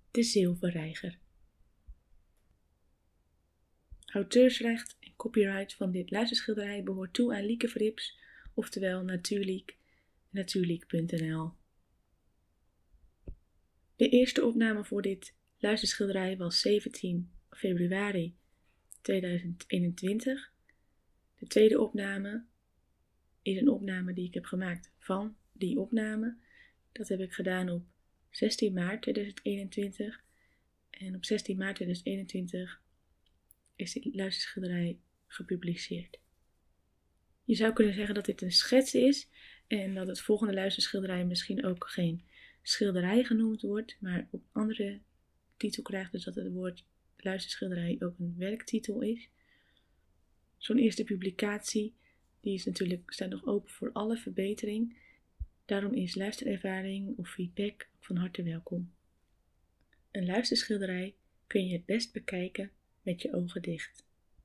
De zilverreiger. Auteursrecht en copyright van dit luisterschilderij behoort toe aan Lieke Frips, oftewel Natuurliek, natuurliek.nl. De eerste opname voor dit luisterschilderij was 17 februari 2021. De tweede opname is een opname die ik heb gemaakt van die opname. Dat heb ik gedaan op 16 maart 2021. En op 16 maart 2021 is dit luisterschilderij gepubliceerd. Je zou kunnen zeggen dat dit een schets is en dat het volgende luisterschilderij misschien ook geen schilderij genoemd wordt, maar op andere titel krijgt, dus dat het woord luisterschilderij ook een werktitel is. Zo'n eerste publicatie, die is natuurlijk, staat nog open voor alle verbetering. Daarom is luisterervaring of feedback van harte welkom. Een luisterschilderij kun je het best bekijken met je ogen dicht.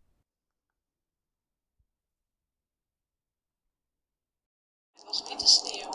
Het was witte sneeuw.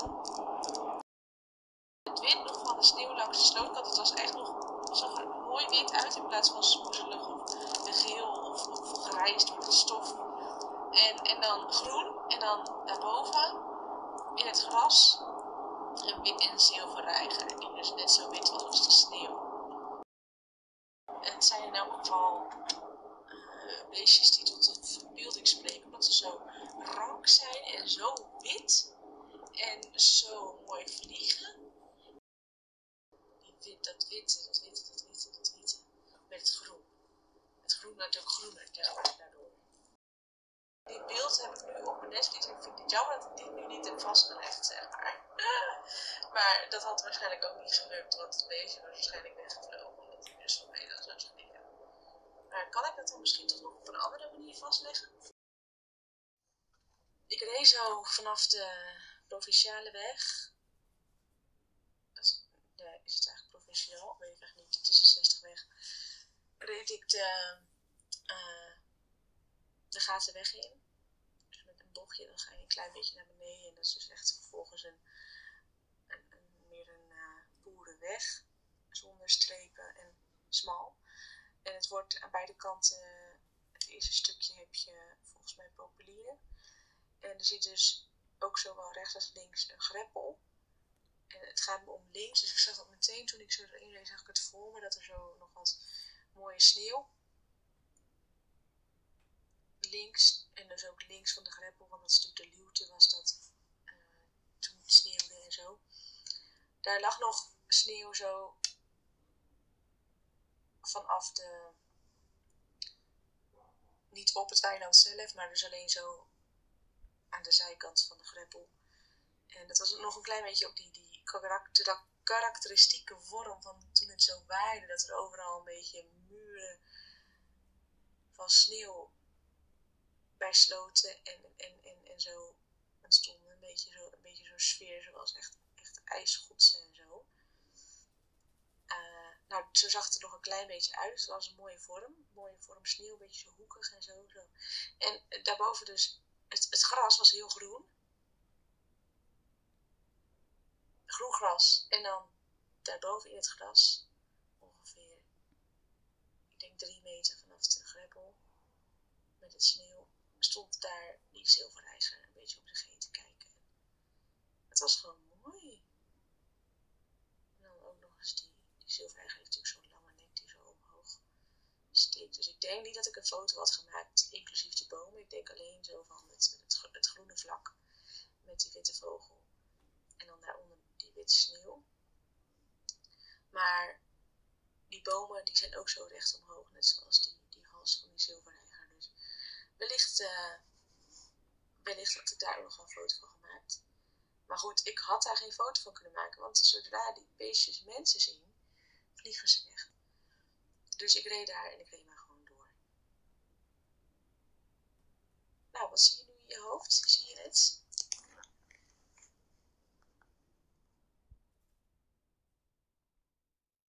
Het wit nog van de sneeuw langs de slootkant, het was echt nog, zag er mooi wit uit in plaats van smoezelig of geel of grijsd door de stof. En dan groen en dan daarboven in het gras een wit en zilverreiger die dus net zo wit was als de sneeuw. Het zijn in elk geval beestjes die tot de verbeelding spreken, omdat ze zo rank zijn en zo wit en zo mooi vliegen. Dat witte met het groen. Het groen wordt ook groener daardoor. Dit beeld heb ik nu op mijn netvlies en ik vind het jammer dat ik dit nu niet heb vastgelegd, zeg maar. Maar dat had waarschijnlijk ook niet gelukt, want het beestje was waarschijnlijk weggevlogen, omdat hij dus van mij dan zou springen. Maar kan ik dat dan misschien toch nog op een andere manier vastleggen? Ik reed zo vanaf de provinciale weg. Is het eigenlijk provinciaal? Weet ik eigenlijk niet. Het is een 60-weg. Reed ik de Gatenweg in. Dus met een bochtje, dan ga je een klein beetje naar beneden. En dat is dus echt vervolgens meer een boerenweg. Zonder strepen en smal. En het wordt aan beide kanten, het eerste stukje heb je volgens mij populieren. En er zit dus ook zowel rechts als links een greppel. En het gaat me om links, dus ik zag dat meteen toen ik zo erin reed, zag ik het voor me, dat er zo nog wat mooie sneeuw links, en dus ook links van de greppel, want dat is natuurlijk de luwte was dat toen het sneeuwde en zo. Daar lag nog sneeuw zo vanaf niet op het weiland zelf, maar dus alleen zo aan de zijkant van de greppel. En dat was nog een klein beetje ook die karakteristieke vorm van toen het zo waaide, dat er overal een beetje muren van sneeuw bij sloten en zo ontstonden. Een beetje zo'n sfeer zoals echt ijsschotsen en zo. Nou, zo zag het er nog een klein beetje uit. Dus het was een mooie vorm sneeuw, een beetje zo hoekig en zo. En daarboven dus, het gras was heel groen. Groen gras. En dan daarboven in het gras, ongeveer, ik denk 3 meter vanaf de greppel, met het sneeuw, stond daar die zilverreiger een beetje om zich heen te kijken. Het was gewoon mooi. En dan ook nog eens die zilverreiger heeft natuurlijk zo'n lange nek die zo omhoog steekt. Dus ik denk niet dat ik een foto had gemaakt, inclusief de bomen. Ik denk alleen zo van het groene vlak met die witte vogel. En dan daaronder die witte sneeuw. Maar die bomen die zijn ook zo recht omhoog, net zoals die hals van die zilverreiger. Dus wellicht had ik daar ook nog een foto van gemaakt. Maar goed, ik had daar geen foto van kunnen maken, want zodra die beestjes mensen zien, vliegen ze weg. Dus ik reed daar en ik reed maar gewoon door. Nou, wat zie je nu in je hoofd? Zie je het?